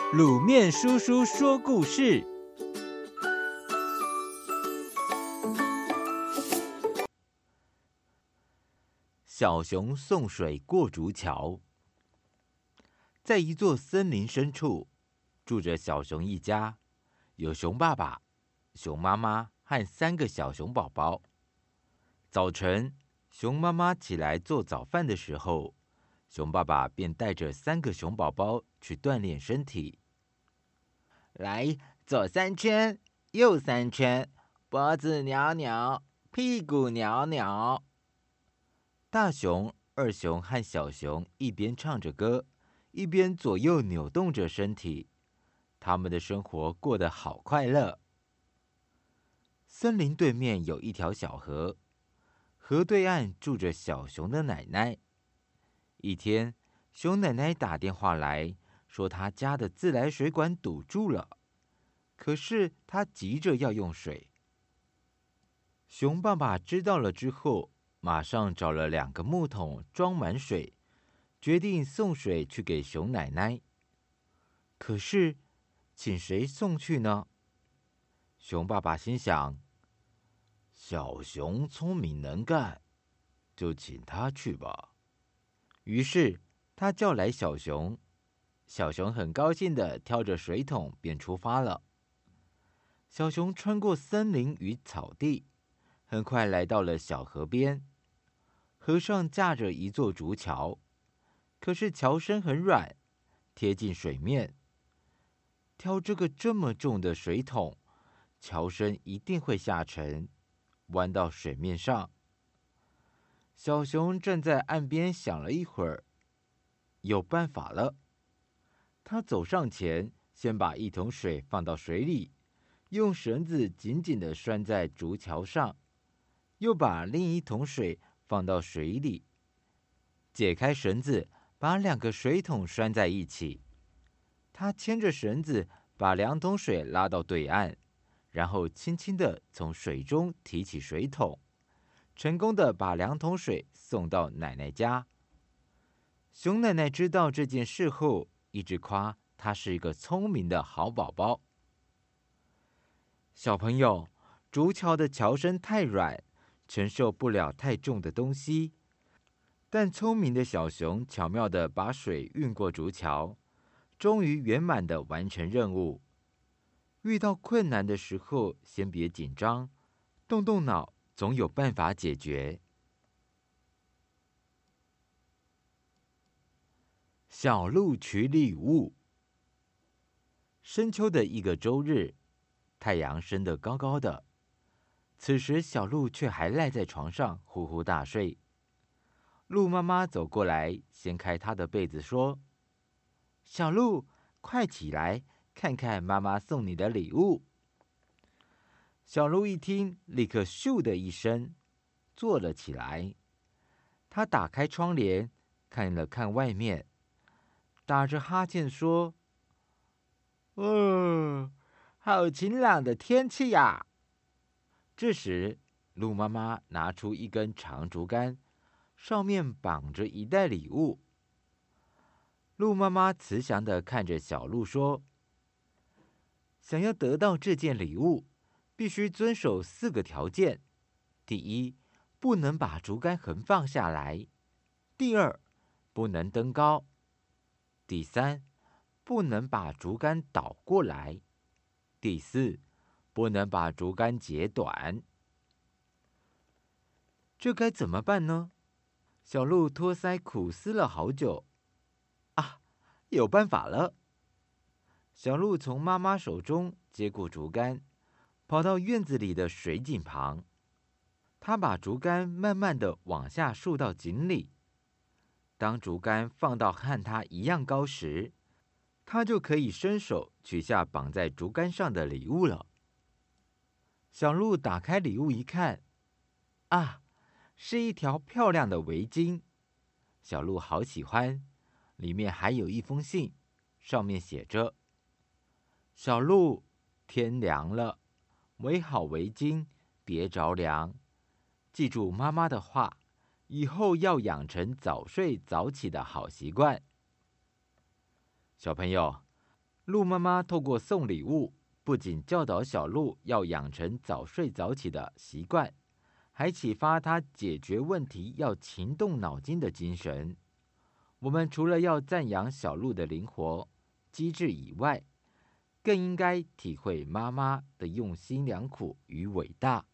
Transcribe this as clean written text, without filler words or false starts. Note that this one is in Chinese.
卤面叔叔说故事。小熊送水过竹桥。在一座森林深处，住着小熊一家，有熊爸爸、熊妈妈和3个小熊宝宝。早晨，熊妈妈起来做早饭的时候，熊爸爸便带着3个熊宝宝去锻炼身体。来，左3圈，右3圈，脖子扭扭，屁股扭扭。大熊、二熊和小熊一边唱着歌，一边左右扭动着身体，他们的生活过得好快乐。森林对面有一条小河，河对岸住着小熊的奶奶。一天，熊奶奶打电话来说，她家的自来水管堵住了，可是她急着要用水。熊爸爸知道了之后，马上找了2个木桶装满水，决定送水去给熊奶奶。可是，请谁送去呢？熊爸爸心想，小熊聪明能干，就请他去吧。于是他叫来小熊，小熊很高兴地挑着水桶便出发了。小熊穿过森林与草地，很快来到了小河边。河上架着一座竹桥，可是桥身很软，贴近水面。挑这么重的水桶，桥身一定会下沉，弯到水面上。小熊站在岸边想了一会儿，有办法了。他走上前，先把1桶水放到水里，用绳子紧紧地拴在竹桥上，又把另1桶水放到水里，解开绳子，把2个水桶拴在一起。他牵着绳子，把2桶水拉到对岸，然后轻轻地从水中提起水桶，成功地把2桶水送到奶奶家。熊奶奶知道这件事后，一直夸他是一个聪明的好宝宝。小朋友，竹桥的桥身太软，承受不了太重的东西，但聪明的小熊巧妙地把水运过竹桥，终于圆满地完成任务。遇到困难的时候，先别紧张，动动脑，总有办法解决。小鹿取礼物。深秋的一个周日，太阳升得高高的，此时小鹿却还赖在床上呼呼大睡。鹿妈妈走过来，掀开她的被子说：“小鹿，快起来，看看妈妈送你的礼物。”小鹿一听，立刻咻的一声坐了起来。他打开窗帘，看了看外面，打着哈欠说：“好晴朗的天气呀！”这时，鹿妈妈拿出一根长竹竿，上面绑着一袋礼物。鹿妈妈慈祥地看着小鹿说：“想要得到这件礼物，必须遵守4个条件。第一，不能把竹竿横放下来；第二，不能登高；第三，不能把竹竿倒过来；第4，不能把竹竿截短。”这该怎么办呢？小鹿托腮苦思了好久。有办法了！小鹿从妈妈手中接过竹竿，跑到院子里的水井旁。他把竹竿慢慢地往下竖到井里。当竹竿放到和它一样高时，他就可以伸手取下绑在竹竿上的礼物了。小鹿打开礼物一看，是一条漂亮的围巾。小鹿好喜欢，里面还有一封信，上面写着：“小鹿，天凉了，围好围巾，别着凉。记住妈妈的话，以后要养成早睡早起的好习惯。”小朋友， 鹿妈妈透过送礼物，不仅教导小鹿要养成早睡早起的习惯，还启发他解决问题要勤动脑筋的精神。我们除了要赞扬小鹿的灵活、机智以外，更应该体会妈妈的用心良苦与伟大。